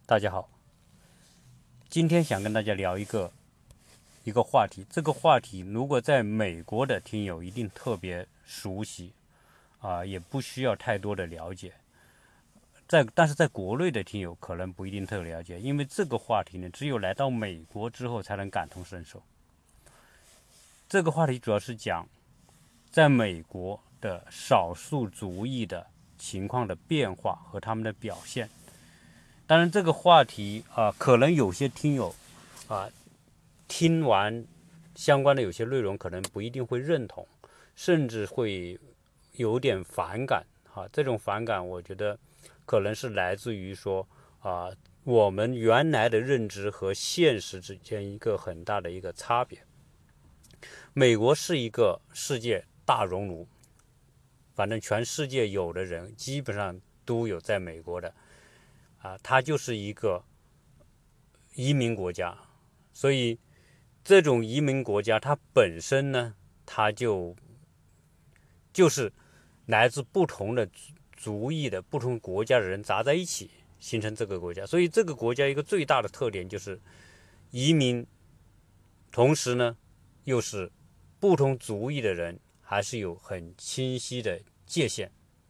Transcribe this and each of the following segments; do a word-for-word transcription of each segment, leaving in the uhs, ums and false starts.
大家好，今天想跟大家聊一个一个话题。这个话题如果在美国的听友一定特别熟悉啊、也不需要太多的了解。在但是在国内的听友可能不一定特别了解，因为这个话题呢，只有来到美国之后才能感同身受。这个话题主要是讲在美国的少数族裔的情况的变化和他们的表现。当然，这个话题啊、呃，可能有些听友啊、呃，听完相关的有些内容，可能不一定会认同，甚至会有点反感啊。这种反感，我觉得可能是来自于说啊、呃，我们原来的认知和现实之间一个很大的一个差别。美国是一个世界大熔炉，反正全世界有的人基本上都有在美国的。啊，它就是一个移民国家，所以这种移民国家它本身呢，它就就是来自不同的族裔的不同国家的人杂在一起形成这个国家。所以这个国家一个最大的特点就是移民，同时呢又是不同族裔的人还是有很清晰的界限。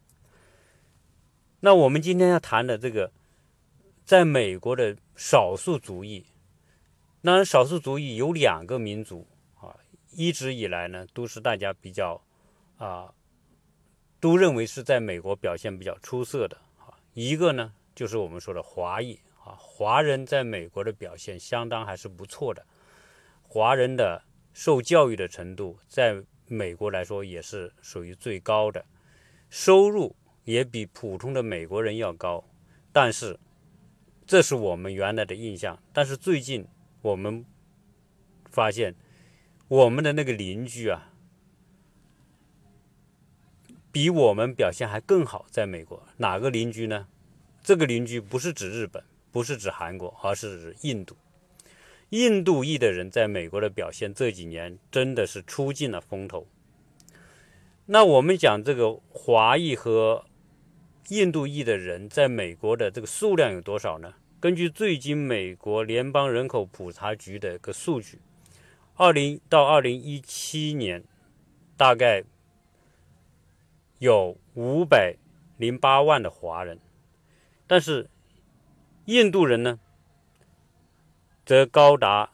那我们今天要谈的这个在美国的少数族裔，那少数族裔有两个民族啊，一直以来呢都是大家比较啊，都认为是在美国表现比较出色的啊。一个呢就是我们说的华裔啊，华人在美国的表现相当还是不错的，华人的受教育的程度在美国来说也是属于最高的，收入也比普通的美国人要高，但是这是我们原来的印象，但是最近我们发现，我们的那个邻居啊，比我们表现还更好。在美国，哪个邻居呢？这个邻居不是指日本，不是指韩国，而是指印度。印度裔的人在美国的表现这几年真的是出尽了风头。那我们讲这个华裔和印度裔的人在美国的这个数量有多少呢？根据最近美国联邦人口普查局的一个数据，二零到二零一七年大概有五百零八万的华人，但是印度人呢，则高达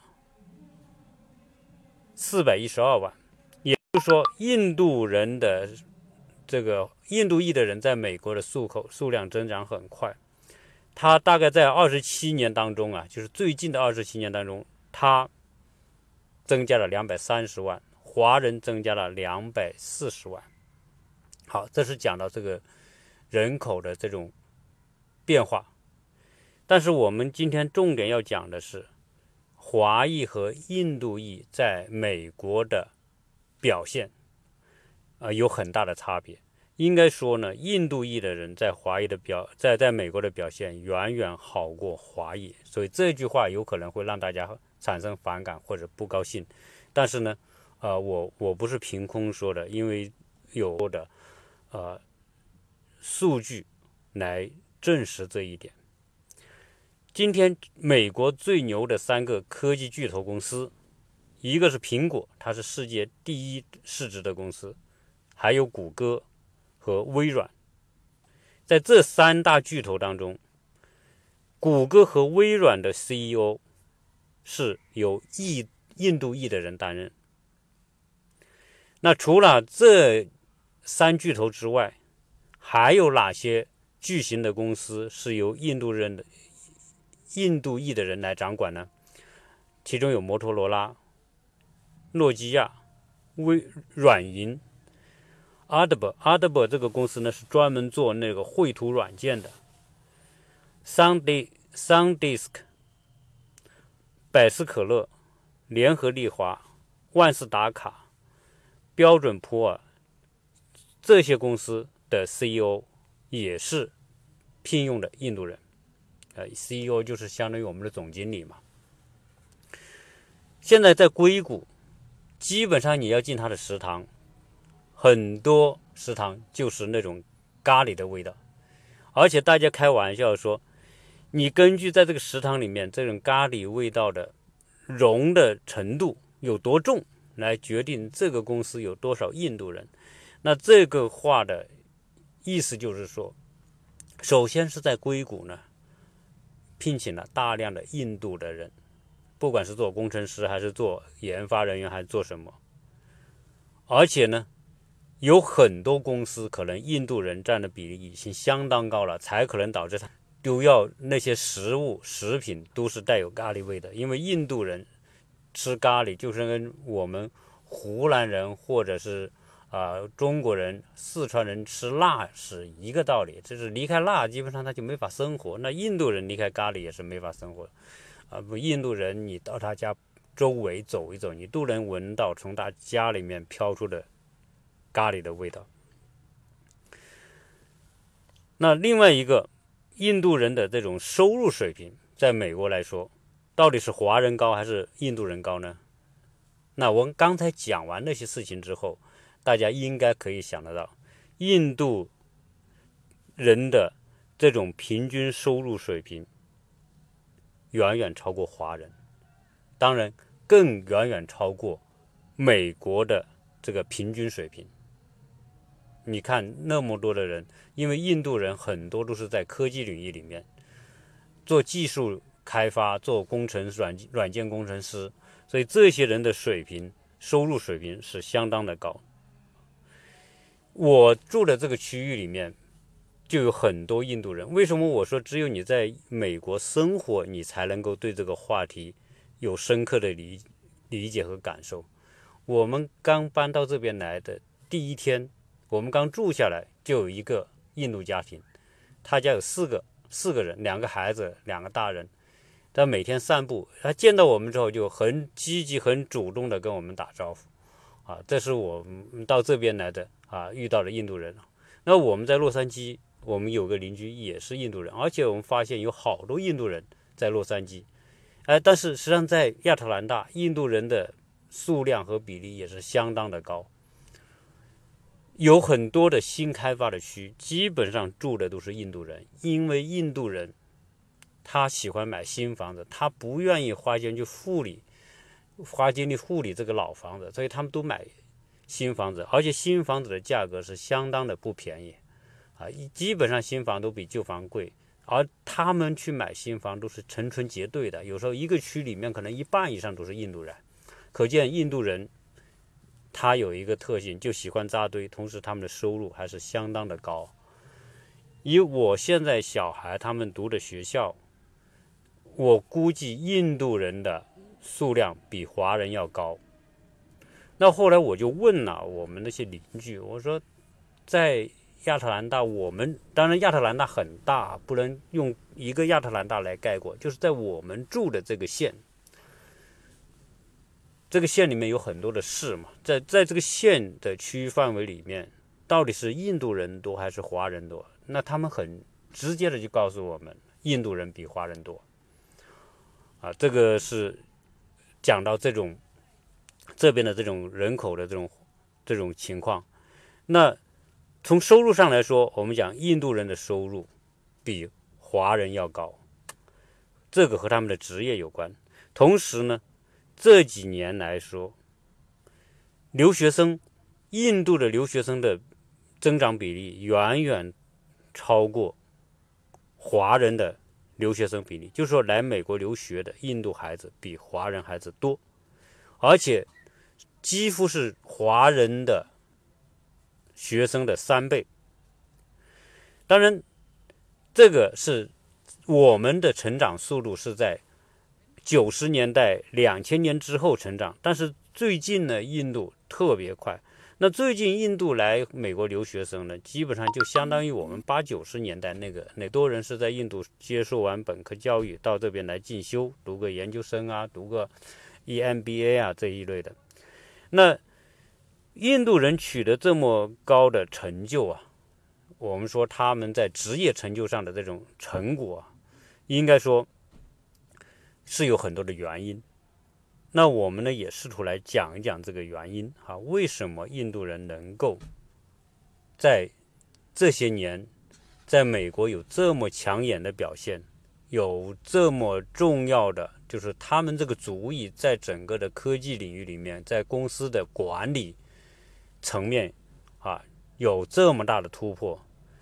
四百一十二万。也就是说，印度人的这个印度裔的人在美国的数口数量增长很快。他大概在二十七年当中啊，就是最近的二十七年当中，他增加了两百三十万，华人增加了两百四十万。好，这是讲到这个人口的这种变化。但是我们今天重点要讲的是华裔和印度裔在美国的表现，呃，有很大的差别。应该说呢，印度裔的人在华裔的表在在美国的表现远远好过华裔，所以这句话有可能会让大家产生反感或者不高兴。但是呢，呃，我我不是凭空说的，因为有的呃数据来证实这一点。今天美国最牛的三个科技巨头公司，一个是苹果，它是世界第一市值的公司，还有谷歌和微软。在这三大巨头当中，谷歌和微软的 C E O 是由印印度裔的人担任。那除了这三巨头之外，还有哪些巨型的公司是由印度人的印度裔的人来掌管呢？其中有摩托罗拉、诺基亚、微软银、Adobe。Adobe 这个公司呢是专门做那个绘图软件的。SanDisk、百事可乐、联合利华、万事达卡、标准普尔，这些公司的 C E O 也是聘用的印度人。呃 C E O 就是相当于我们的总经理嘛。现在在硅谷，基本上你要进他的食堂，很多食堂就是那种咖喱的味道，而且大家开玩笑说， 你根据在这个食堂里面这种咖喱味道的融的程度有多重，来决定这个公司有多少印度人。那这个话的意思就是说，首先是在硅谷呢，聘请了大量的印度的人，不管是做工程师还是做研发人员还是做什么，而且呢，有很多公司可能印度人占的比例已经相当高了，才可能导致它都要那些食物食品都是带有咖喱味的。因为印度人吃咖喱就是跟我们湖南人或者是啊、呃、中国人四川人吃辣是一个道理，就是离开辣基本上他就没法生活。那印度人离开咖喱也是没法生活啊、呃、不，印度人你到他家周围走一走，你都能闻到从他家里面飘出的咖喱的味道。那另外一个，印度人的这种收入水平，在美国来说，到底是华人高还是印度人高呢？那我刚才讲完那些事情之后，大家应该可以想得到，印度人的这种平均收入水平远远超过华人，当然更远远超过美国的这个平均水平。你看那么多的人，因为印度人很多都是在科技领域里面做技术开发，做工程软软件工程师，所以这些人的水平收入水平是相当的高。我住的这个区域里面就有很多印度人。为什么我说只有你在美国生活，你才能够对这个话题有深刻的理理解和感受？我们刚搬到这边来的第一天，我们刚住下来就有一个印度家庭，他家有四个四个人，两个孩子，两个大人。他每天散步，他见到我们之后就很积极、很主动的跟我们打招呼，啊，这是我们到这边来的啊遇到的印度人。那我们在洛杉矶，我们有个邻居也是印度人，而且我们发现有好多印度人在洛杉矶，哎，但是实际上在亚特兰大，印度人的数量和比例也是相当的高。有很多的新开发的区，基本上住的都是印度人，因为印度人他喜欢买新房子，他不愿意花钱去护理，花精力护理这个老房子，所以他们都买新房子，而且新房子的价格是相当的不便宜啊，基本上新房都比旧房贵，而他们去买新房都是成群结队的，有时候一个区里面可能一半以上都是印度人，可见印度人他有一个特性，就喜欢扎堆，同时他们的收入还是相当的高。以我现在小孩他们读的学校，我估计印度人的数量比华人要高。那后来我就问了我们那些邻居，我说在亚特兰大，我们当然亚特兰大很大，不能用一个亚特兰大来概括，就是在我们住的这个县，这个县里面有很多的市嘛，在在这个县的区域范围里面，到底是印度人多还是华人多？那他们很直接的就告诉我们，印度人比华人多。啊，这个是讲到这种这边的这种人口的这种这种情况。那从收入上来说，我们讲印度人的收入比华人要高，这个和他们的职业有关。同时呢，这几年来说，留学生，印度的留学生的增长比例远远超过华人的留学生比例，就是说来美国留学的印度孩子比华人孩子多，而且几乎是华人的学生的三倍。当然，这个是我们的成长速度是在九十年代、两千年之后成长，但是最近呢，印度特别快。那最近印度来美国留学生呢，基本上就相当于我们八九十年代那个，那多人是在印度接受完本科教育，到这边来进修，读个研究生啊，读个 E M B A 啊这一类的。那印度人取得这么高的成就啊，我们说他们在职业成就上的这种成果，应该说是有很多的原因。那我们呢也试图来讲一讲这个原因啊，为什么印度人能够在这些年在美国有这么抢眼的表现， 有这么重要的，就是他们这个族裔在整个的科技领域里面，在公司的管理层面啊，有这么大的突破。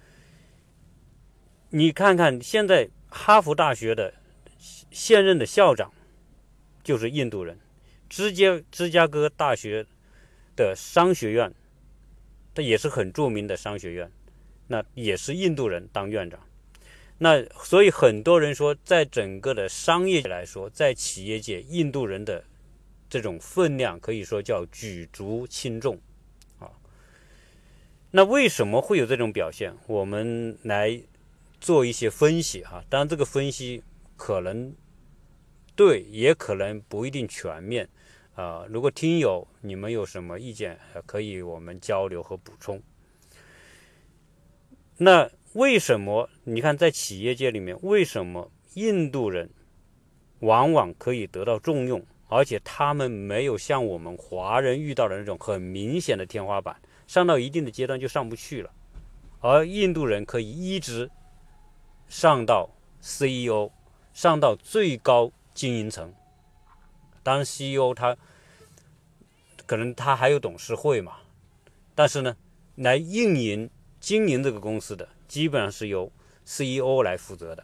你看看现在哈佛大学的现任的校长就是印度人，芝加芝加哥大学的商学院，它也是很著名的商学院，那也是印度人当院长。那所以很多人说，在整个的商业来说，在企业界，印度人的这种分量可以说叫举足轻重啊。那为什么会有这种表现？我们来做一些分析哈，当然这个分析可能对，也可能不一定全面啊、呃。如果听友你们有什么意见，可以我们交流和补充。那为什么你看在企业界里面，为什么印度人往往可以得到重用，而且他们没有像我们华人遇到的那种很明显的天花板，上到一定的阶段就上不去了，而印度人可以一直上到 C E O， 上到最高经营层。当然 C E O 他可能他还有董事会嘛，但是呢，来运营经营这个公司的基本上是由 C E O 来负责的。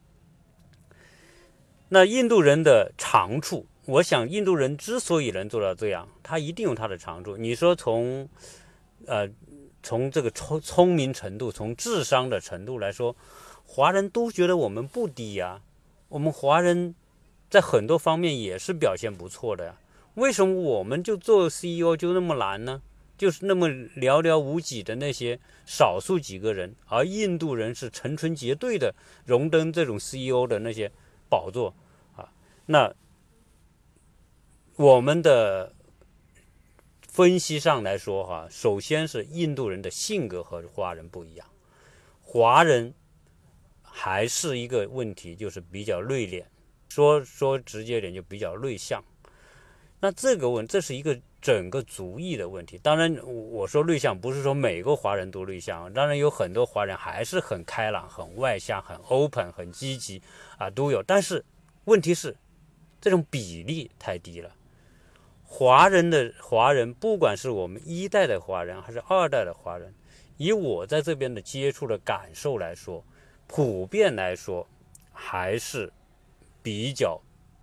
那印度人的长处，我想印度人之所以能做到这样，他一定有他的长处。你说从呃从这个聪聪明程度，从智商的程度来说，华人都觉得我们不低呀，我们华人在很多方面也是表现不错的呀。为什么我们就做 C E O 就那么难呢？就是那么寥寥无几的那些少数几个人，而印度人是成群结队的荣登这种 C E O 的那些宝座啊。那我们的分析上来说哈，首先是印度人的性格和华人不一样，华人还是一个问题，就是比较内敛，说说直接点就比较内向。那这个问，这是一个整个族裔的问题。当然，我说内向不是说每个华人都内向，当然有很多华人还是很开朗、很外向、很 open、很积极啊，都有。但是问题是，这种比例太低了。华人的华人，不管是我们一代的华人还是二代的华人，以我在这边的接触的感受来说，普遍来说还是比较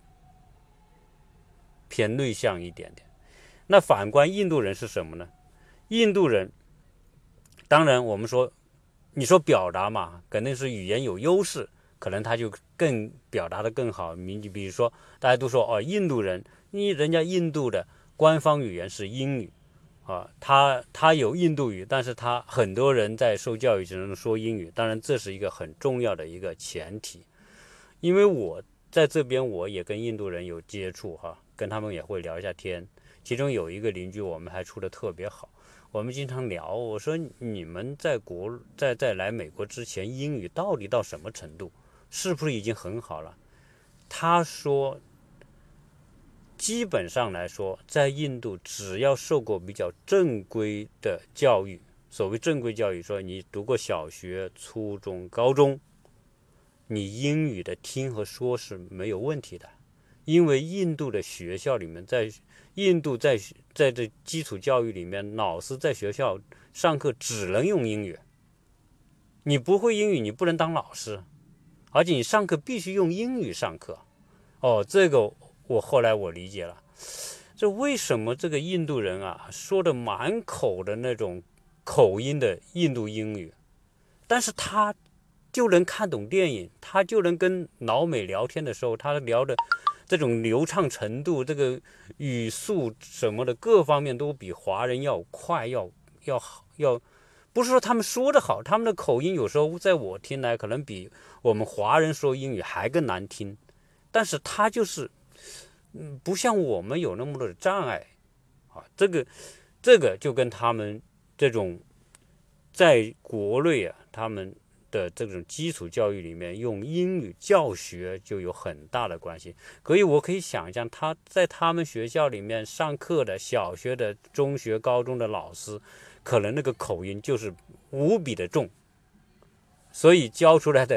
偏内向一点点。那反观印度人是什么呢？印度人当然我们说，你说表达嘛，肯定是语言有优势，可能他就更表达的更好。你比如说大家都说哦，印度人，你人家印度的官方语言是英语啊，他他有印度语，但是他很多人在受教育只能说英语。当然这是一个很重要的一个前提，因为我在这边我也跟印度人有接触哈，跟他们也会聊一下天。其中有一个邻居我们还处得特别好，我们经常聊，我说你们在国在在来美国之前英语到底到什么程度，是不是已经很好了？他说基本上来说，在印度只要受过比较正规的教育，所谓正规教育说你读过小学、初中、高中，你英语的听和说是没有问题的。因为印度的学校里面，在印度在在这基础教育里面，老师在学校上课只能用英语，你不会英语你不能当老师，而且你上课必须用英语上课。哦，这个我后来我理解了，这为什么这个印度人啊说的满口的那种口音的印度英语，但是他就能看懂电影，他就能跟老美聊天的时候，他聊的这种流畅程度，这个语速什么的各方面都比华人要快，要要好，要不是说他们说的好，他们的口音有时候在我听来可能比我们华人说英语还更难听，但是他就是嗯不像我们有那么多的障碍啊，这个这个就跟他们这种在国内啊，他们的这种基础教育里面用英语教学就有很大的关系。所以我可以想象他在他们学校里面上课的小学的、中学、高中的老师，可能那个口音就是无比的重，所以教出来的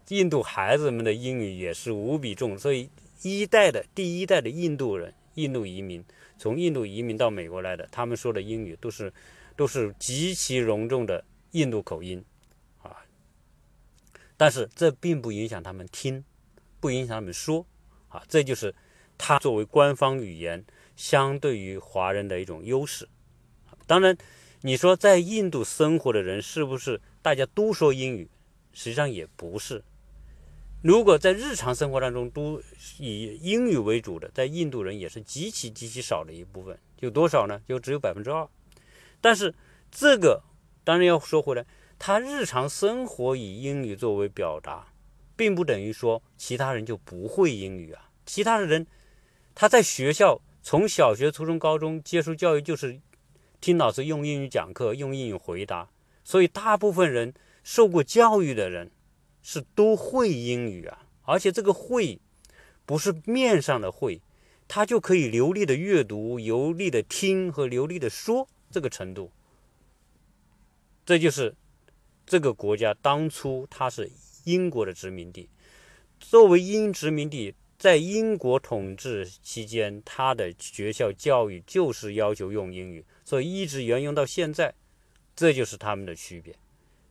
印度孩子们的英语也是无比重，所以一代的第一代的印度人，印度移民从印度移民到美国来的，他们说的英语都是都是极其浓重的印度口音啊。但是这并不影响他们听，不影响他们说啊，这就是它作为官方语言相对于华人的一种优势。当然你说在印度生活的人是不是大家都说英语？实际上也不是。如果在日常生活当中都以英语为主的，在印度人也是极其极其少的一部分，有多少呢？就只有百分之二。但是这个当然要说回来，他日常生活以英语作为表达，并不等于说其他人就不会英语啊。其他的人他在学校从小学、初中、高中接受教育就是听老师用英语讲课，用英语回答，所以大部分人受过教育的人是都会英语啊，而且这个会不是面上的会，他就可以流利的阅读、流利的听和流利的说这个程度。这就是这个国家当初它是英国的殖民地，作为英殖民地，在英国统治期间，它的学校教育就是要求用英语，所以一直沿用到现在，这就是他们的区别，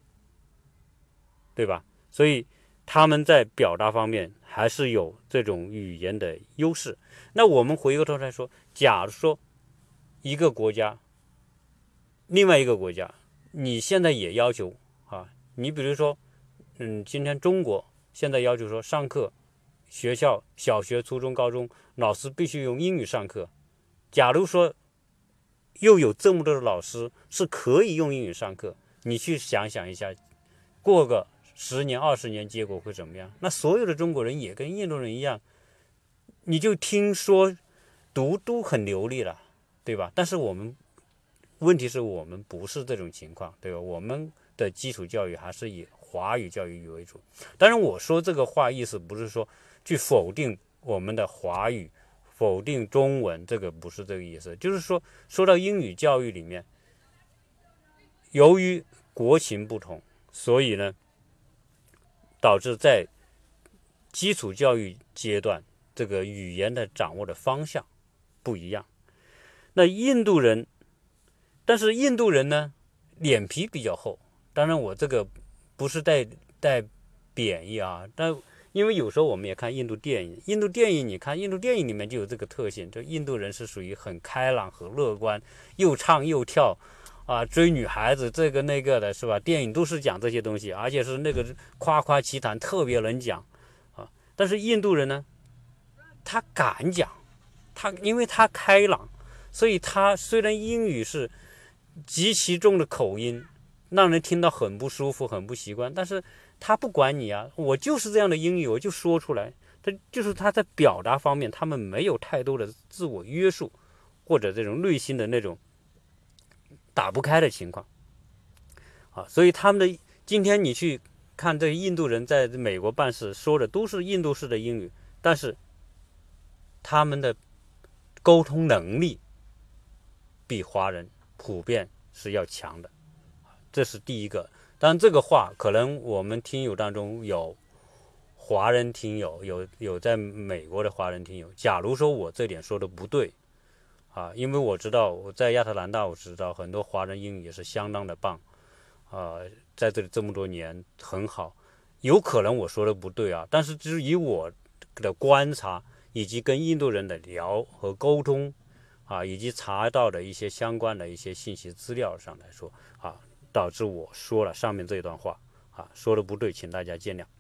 对吧？所以他们在表达方面还是有这种语言的优势。那我们回过头来说，假如说一个国家，另外一个国家，你现在也要求啊，你比如说，嗯，今天中国现在要求说上课，学校小学、初中、高中老师必须用英语上课。假如说又有这么多的老师是可以用英语上课，你去想想一下，过个十年、二十年，结果会怎么样？那所有的中国人也跟印度人一样，你就听说读都很流利了，对吧？但是我们问题是我们不是这种情况，对吧？我们的基础教育还是以华语教育为主。当然我说这个话意思不是说去否定我们的华语，否定中文，这个不是这个意思。就是说说到英语教育里面，由于国情不同，所以呢导致在基础教育阶段这个语言的掌握的方向不一样。那印度人，但是印度人呢脸皮比较厚，当然我这个不是带带贬义啊，但因为有时候我们也看印度电影，印度电影你看印度电影里面就有这个特性，就印度人是属于很开朗和乐观，又唱又跳啊，追女孩子这个那个的，是吧？电影都是讲这些东西，而且是那个夸夸其谈，特别能讲啊。但是印度人呢，他敢讲，他因为他开朗，所以他虽然英语是极其重的口音，让人听到很不舒服、很不习惯，但是他不管你啊，我就是这样的英语，我就说出来。他就是他在表达方面，他们没有太多的自我约束，或者这种内心的那种打不开的情况啊，所以他们的今天你去看这印度人在美国办事说的都是印度式的英语，但是他们的沟通能力比华人普遍是要强的，这是第一个。当然这个话可能我们听友当中有华人听友，有有在美国的华人听友，假如说我这点说的不对啊，因为我知道我在亚特兰大，我知道很多华人英语也是相当的棒啊，在这里这么多年很好，有可能我说的不对啊，但是至于以我的观察以及跟印度人的聊和沟通啊，以及查到的一些相关的一些信息资料上来说啊，导致我说了上面这段话啊，说的不对，请大家见谅。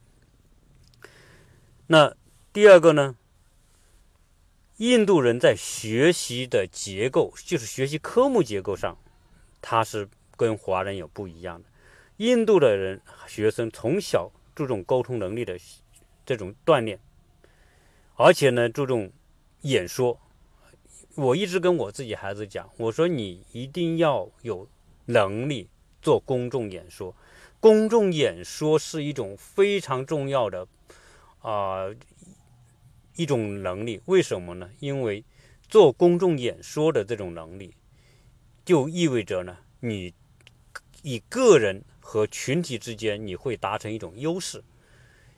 那第二个呢，印度人在学习的结构，就是学习科目结构上，他是跟华人有不一样的。印度的人学生从小注重沟通能力的这种锻炼，而且呢注重演说。我一直跟我自己孩子讲，我说你一定要有能力做公众演说。公众演说是一种非常重要的啊、呃、一种能力。为什么呢？因为做公众演说的这种能力，就意味着呢，你以个人和群体之间你会达成一种优势。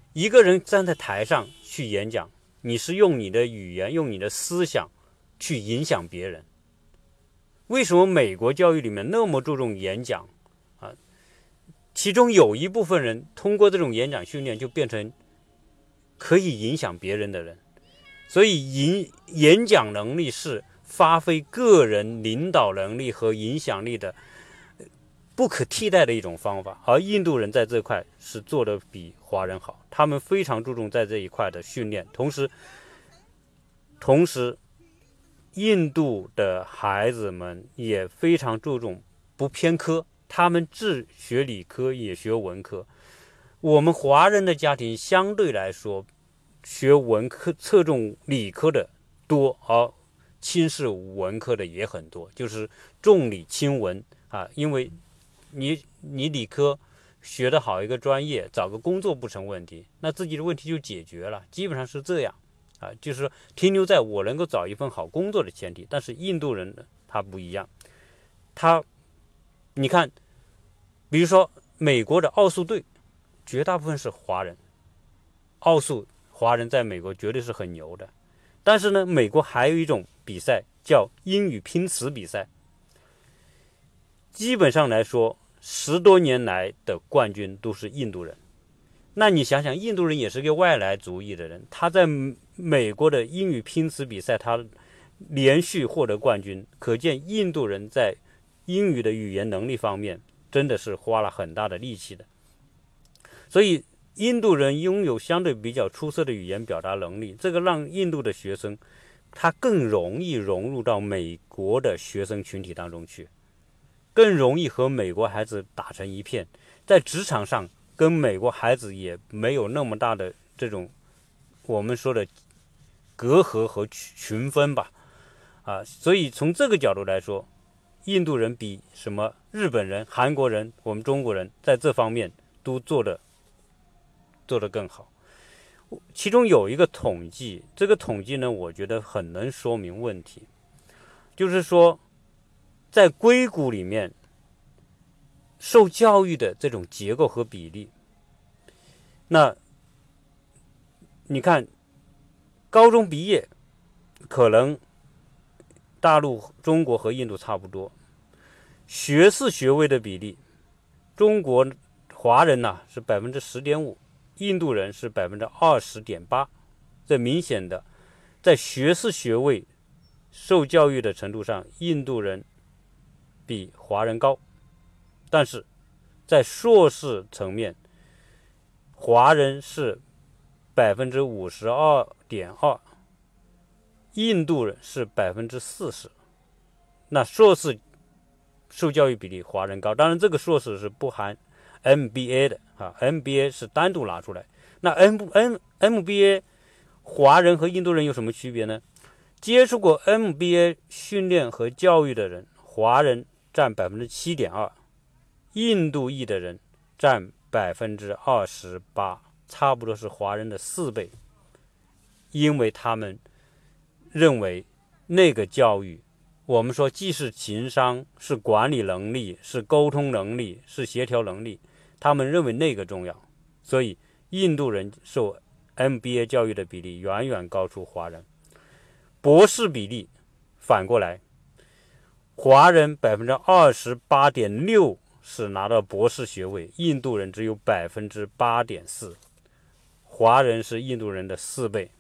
一个人站在台上去演讲，你是用你的语言，用你的思想去影响别人。为什么美国教育里面那么注重演讲啊？其中有一部分人通过这种演讲训练就变成可以影响别人的人。所以演演讲能力是发挥个人领导能力和影响力的不可替代的一种方法，而印度人在这块是做得比华人好，他们非常注重在这一块的训练。同时同时印度的孩子们也非常注重不偏科，他们既学理科也学文科。我们华人的家庭相对来说学文科侧重理科的多，而轻视文科的也很多，就是重理轻文啊。因为你你理科学得好一个专业，找个工作不成问题，那自己的问题就解决了，基本上是这样啊，就是停留在我能够找一份好工作的前提。但是印度人呢，他不一样，他你看，比如说美国的奥数队，绝大部分是华人，奥数华人在美国绝对是很牛的。但是呢，美国还有一种比赛叫英语拼词比赛，基本上来说十多年来的冠军都是印度人。那你想想，印度人也是个外来族裔的人，他在美国的英语拼词比赛他连续获得冠军，可见印度人在英语的语言能力方面真的是花了很大的力气的。所以印度人拥有相对比较出色的语言表达能力，这个让印度的学生他更容易融入到美国的学生群体当中去，更容易和美国孩子打成一片，在职场上跟美国孩子也没有那么大的这种我们说的隔阂和群分吧啊。所以从这个角度来说，印度人比什么日本人、韩国人、我们中国人在这方面都做的做得更好。其中有一个统计，这个统计呢，我觉得很能说明问题，就是说在硅谷里面受教育的这种结构和比例。那你看高中毕业可能大陆、中国和印度差不多，学士学位的比例，中国华人呐、啊、是百分之十点五，印度人是百分之二十点八。这明显的在学士学位受教育的程度上，印度人比华人高，但是在硕士层面，华人是百分之五十二点二，印度人是百分之四十。那硕士受教育比例华人高，当然这个硕士是不含 M B A 的啊 ，M B A 是单独拿出来。那 M M M B A 华人和印度人有什么区别呢？接触过 M B A 训练和教育的人，华人占百分之七点二，印度裔的人占百分之二十八，差不多是华人的四倍。因为他们认为那个教育，我们说既是情商，是管理能力，是沟通能力，是协调能力，他们认为那个重要，所以印度人受 M B A 教育的比例远远高出华人。博士比例反过来，华人百分之二十八点六是拿到博士学位，印度人只有百分之八点四，华人是印度人的四倍，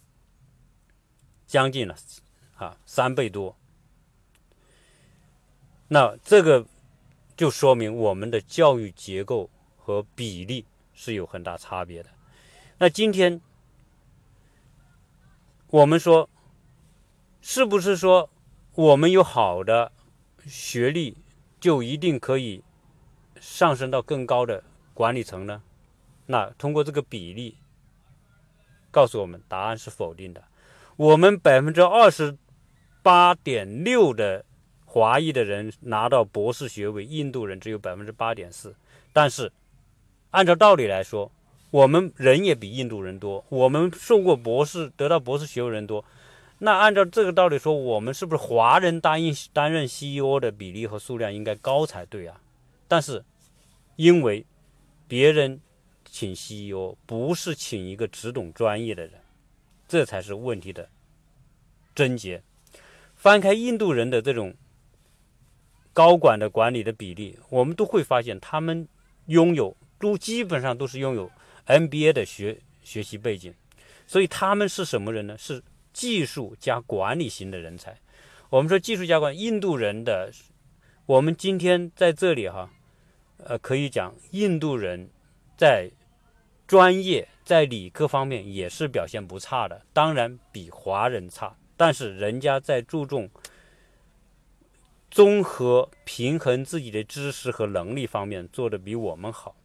将近了啊三倍多。那这个就说明我们的教育结构和比例是有很大差别的。那今天我们说，是不是说我们有好的学历就一定可以上升到更高的管理层呢？那通过这个比例告诉我们，答案是否定的。我们百分之二十八点六的华裔的人拿到博士学位，印度人只有百分之八点四。但是按照道理来说，我们人也比印度人多，我们受过博士得到博士学位人多，那按照这个道理说，我们是不是华人担任担任 C E O 的比例和数量应该高才对啊？但是因为别人请 C E O， 不是请一个只懂专业的人，这才是问题的症结。翻开印度人的这种高管的管理的比例，我们都会发现他们拥有都基本上都是拥有 M B A 的学学习背景，所以他们是什么人呢？是技术加管理型的人才。我们说技术加管，印度人的，我们今天在这里哈，呃，可以讲印度人在专业在理科方面也是表现不差的，当然比华人差，但是人家在注重综合平衡自己的知识和能力方面做得比我们好。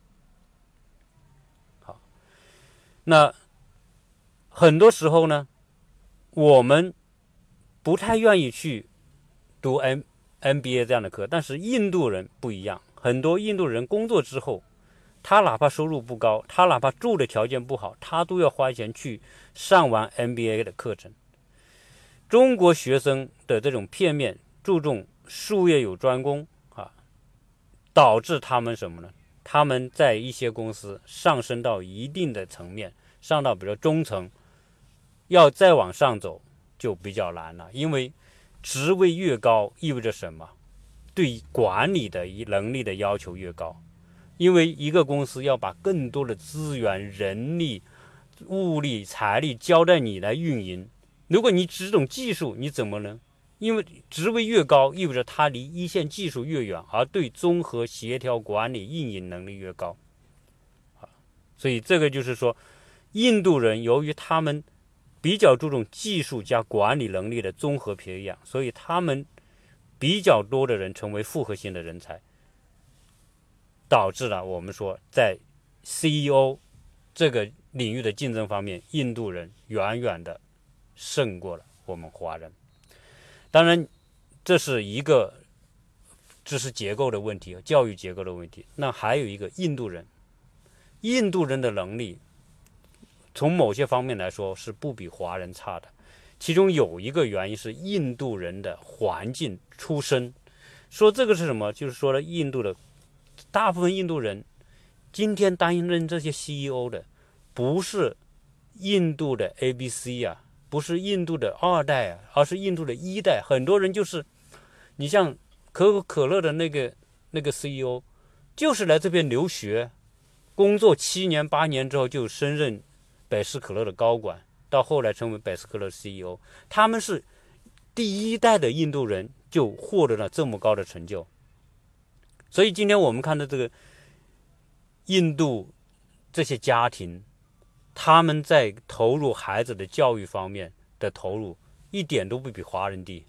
好，那很多时候呢，我们不太愿意去读 M MBA 这样的课，但是印度人不一样，很多印度人工作之后，他哪怕收入不高，他哪怕住的条件不好，他都要花钱去上完 M B A 的课程。中国学生的这种片面注重术业有专攻啊，导致他们什么呢？他们在一些公司上升到一定的层面，上到比如中层，要再往上走就比较难了，因为职位越高意味着什么？对管理的能力的要求越高，因为一个公司要把更多的资源、人力、物力、财力交代你来运营，如果你只懂技术，你怎么能？因为职位越高，意味着它离一线技术越远，而对综合协调管理运营能力越高。所以这个就是说，印度人由于他们比较注重技术加管理能力的综合培养，所以他们比较多的人成为复合型的人才，导致了我们说在 C E O 这个领域的竞争方面，印度人远远的胜过了我们华人。当然这是一个知识结构的问题，教育结构的问题。那还有一个印度人，印度人的能力从某些方面来说是不比华人差的，其中有一个原因是印度人的环境出身。说这个是什么？就是说了印度的大部分印度人今天担任这些 C E O 的不是印度的 A B C 啊，不是印度的二代啊，而是印度的一代。很多人就是你像可口可乐的那个那个 C E O 就是来这边留学工作七年八年之后就升任百事可乐的高管，到后来成为百事可乐 C E O。 他们是第一代的印度人就获得了这么高的成就。所以今天我们看到这个印度这些家庭，他们在投入孩子的教育方面的投入一点都不比华人低，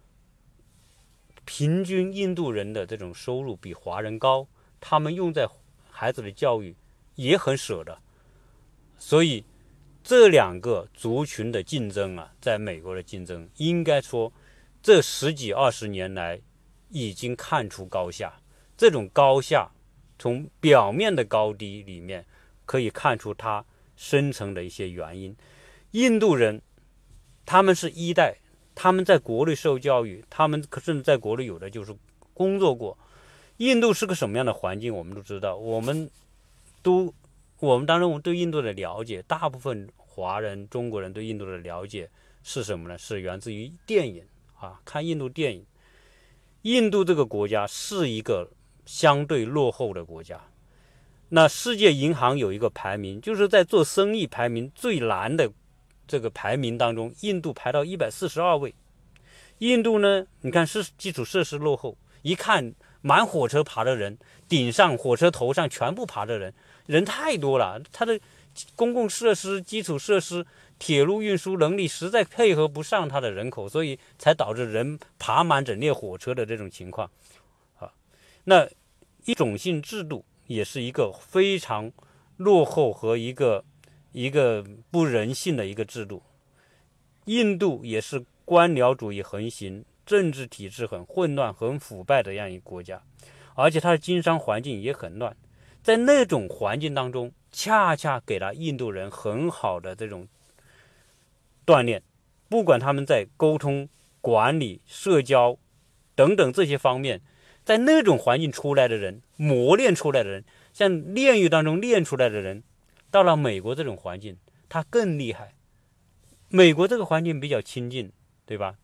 平均印度人的这种收入比华人高，他们用在孩子的教育也很舍得。所以这两个族群的竞争啊，在美国的竞争，应该说这十几二十年来已经看出高下。这种高下从表面的高低里面可以看出它深层的一些原因。印度人他们是一代，他们在国内受教育，他们甚至在国内有的就是工作过。印度是个什么样的环境我们都知道，我们都我们当然我们对印度的了解，大部分华人中国人对印度的了解是什么呢？是源自于电影啊，看印度电影。印度这个国家是一个相对落后的国家，那世界银行有一个排名，就是在做生意排名最难的这个排名当中，印度排到一百四十二位。印度呢，你看是基础设施落后，一看满火车爬的人，顶上火车头上全部爬的人，人太多了，它的公共设施、基础设施、铁路运输能力实在配合不上它的人口，所以才导致人爬满整列火车的这种情况啊。那一种性制度也是一个非常落后和一个一个不人性的一个制度。印度也是官僚主义横行，政治体制很混乱、很腐败的这样一个国家，而且它的经商环境也很乱。在那种环境当中，恰恰给了印度人很好的这种锻炼，不管他们在沟通、管理、社交等等这些方面，在那种环境出来的人，磨练出来的人，像炼狱当中炼出来的人， 到了美国这种环境，他更厉害。美国这个环境比较亲近，对吧？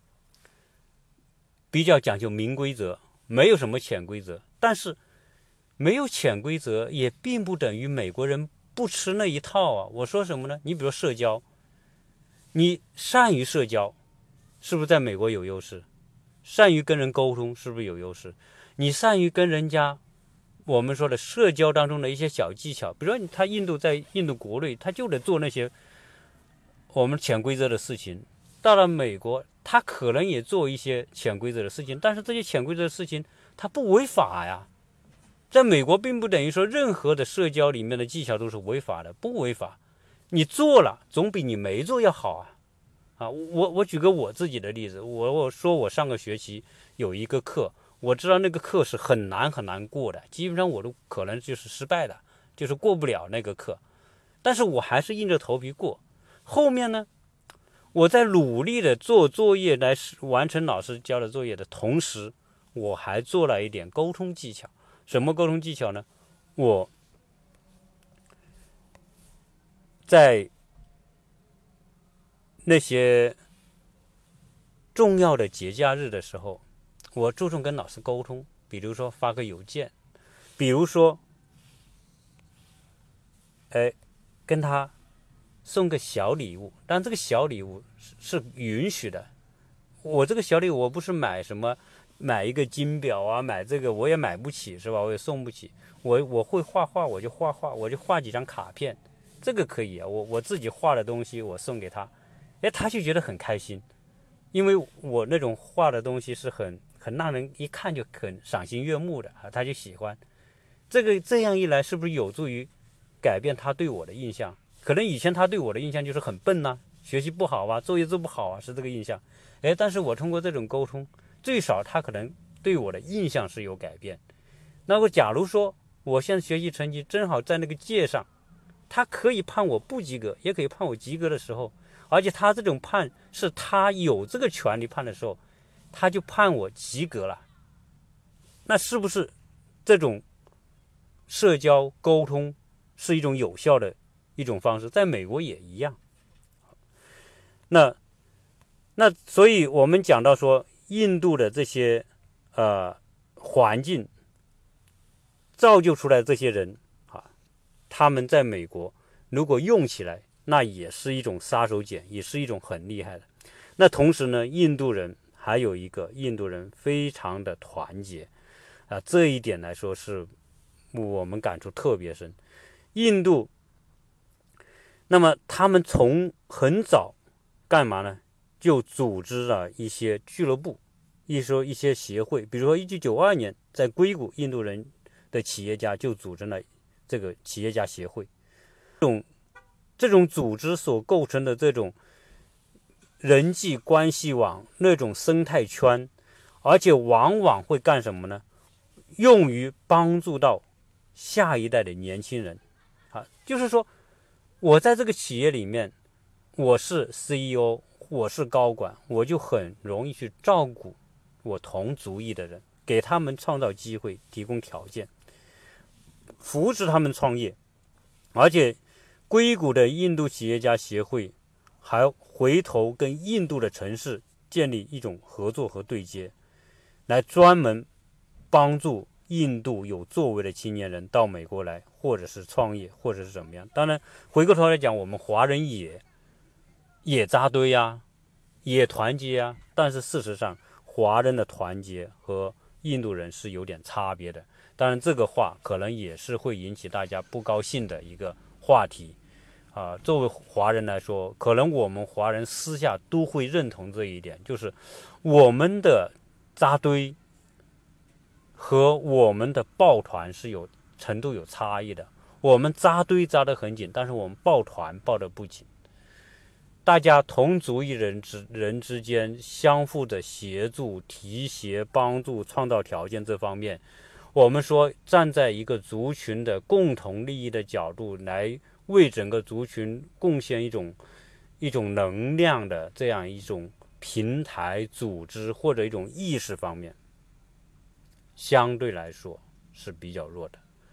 比较讲究明规则，没有什么潜规则。但是没有潜规则也并不等于美国人不吃那一套啊。我说什么呢？你比如社交，你善于社交，是不是在美国有优势？善于跟人沟通，是不是有优势？你善于跟人家，我们说的社交当中的一些小技巧，比如说他印度在印度国内，他就得做那些我们潜规则的事情。到了美国，他可能也做一些潜规则的事情，但是这些潜规则的事情他不违法呀。在美国并不等于说任何的社交里面的技巧都是违法的，不违法。你做了总比你没做要好啊。啊，我我举个我自己的例子，我我说我上个学期有一个课，我知道那个课是很难很难过的，基本上我都可能就是失败的，就是过不了那个课，但是我还是硬着头皮过。后面呢，我在努力的做作业来完成老师交的作业的同时，我还做了一点沟通技巧。什么沟通技巧呢？我在那些重要的节假日的时候，我注重跟老师沟通，比如说发个邮件，比如说哎跟他送个小礼物，但这个小礼物是是允许的。我这个小礼物我不是买什么买一个金表啊，买这个我也买不起，是吧？我也送不起。我我会画画，我就画画，我就画几张卡片，这个可以啊。我我自己画的东西我送给他，哎，他就觉得很开心，因为我那种画的东西是很很让人一看就很赏心悦目的啊，他就喜欢。这个这样一来，是不是有助于改变他对我的印象？可能以前他对我的印象就是很笨呐、啊，学习不好啊，作业做不好啊，是这个印象。哎，但是我通过这种沟通，最少他可能对我的印象是有改变。那么假如说我现在学习成绩正好在那个界上，他可以判我不及格，也可以判我及格的时候，而且他这种判是他有这个权利判的时候，他就判我及格了。那是不是这种社交沟通是一种有效的一种方式？在美国也一样。那那所以我们讲到说，印度的这些呃环境造就出来的这些人啊，他们在美国如果用起来，那也是一种杀手锏，也是一种很厉害的。那同时呢，印度人还有一个，印度人非常的团结啊，这一点来说是我们感触特别深。印度，那么他们从很早干嘛呢？就组织了一些俱乐部，一说一些协会，比如说一九九二年在硅谷，印度人的企业家就组织了这个企业家协会。这种这种组织所构成的这种人际关系网，那种生态圈，而且往往会干什么呢？用于帮助到下一代的年轻人啊，就是说我在这个企业里面，我是 C E O， 我是高管，我就很容易去照顾我同族裔的人，给他们创造机会，提供条件，扶持他们创业。而且硅谷的印度企业家协会还回头跟印度的城市建立一种合作和对接，来专门帮助印度有作为的青年人到美国来，或者是创业，或者是怎么样。当然回过头来讲，我们华人也也扎堆啊，也团结啊，但是事实上华人的团结和印度人是有点差别的。当然这个话可能也是会引起大家不高兴的一个话题啊。作为华人来说，可能我们华人私下都会认同这一点，就是我们的扎堆和我们的抱团是有程度有差异的。我们扎堆扎得很紧，但是我们抱团抱得不紧。大家同族裔人之人之间相互的协助、提携、帮助、创造条件这方面，我们说站在一个族群的共同利益的角度来为整个族群贡献一种一种能量的这样一种平台、组织或者一种意识方面，相对来说是比较弱的。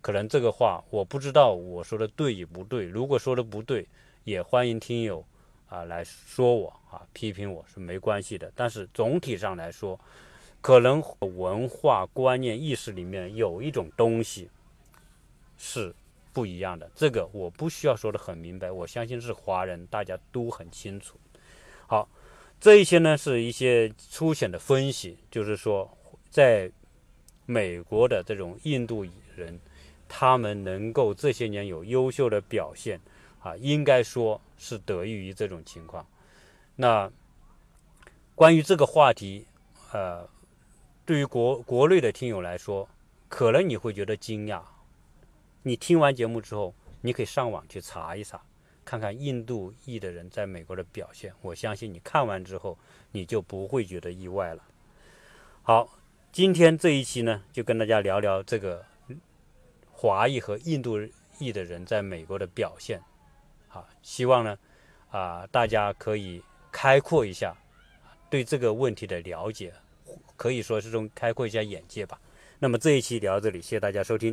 可能这个话我不知道我说的对与不对，如果说的不对，也欢迎听友啊来说我啊，批评我是没关系的。但是总体上来说，可能文化观念意识里面有一种东西是不一样的，这个我不需要说的很明白，我相信是华人大家都很清楚。好，这一些呢是一些粗浅的分析，就是说在美国的这种印度人，他们能够这些年有优秀的表现啊，应该说是得益于这种情况。那关于这个话题，呃，对于国国内的听友来说，可能你会觉得惊讶。你听完节目之后，你可以上网去查一查，看看印度裔的人在美国的表现。我相信你看完之后，你就不会觉得意外了。好，今天这一期呢，就跟大家聊聊这个华裔和印度裔的人在美国的表现。好，希望呢，啊、大家可以开阔一下对这个问题的了解，可以说是种开阔一下眼界吧。那么这一期聊到这里，谢谢大家收听。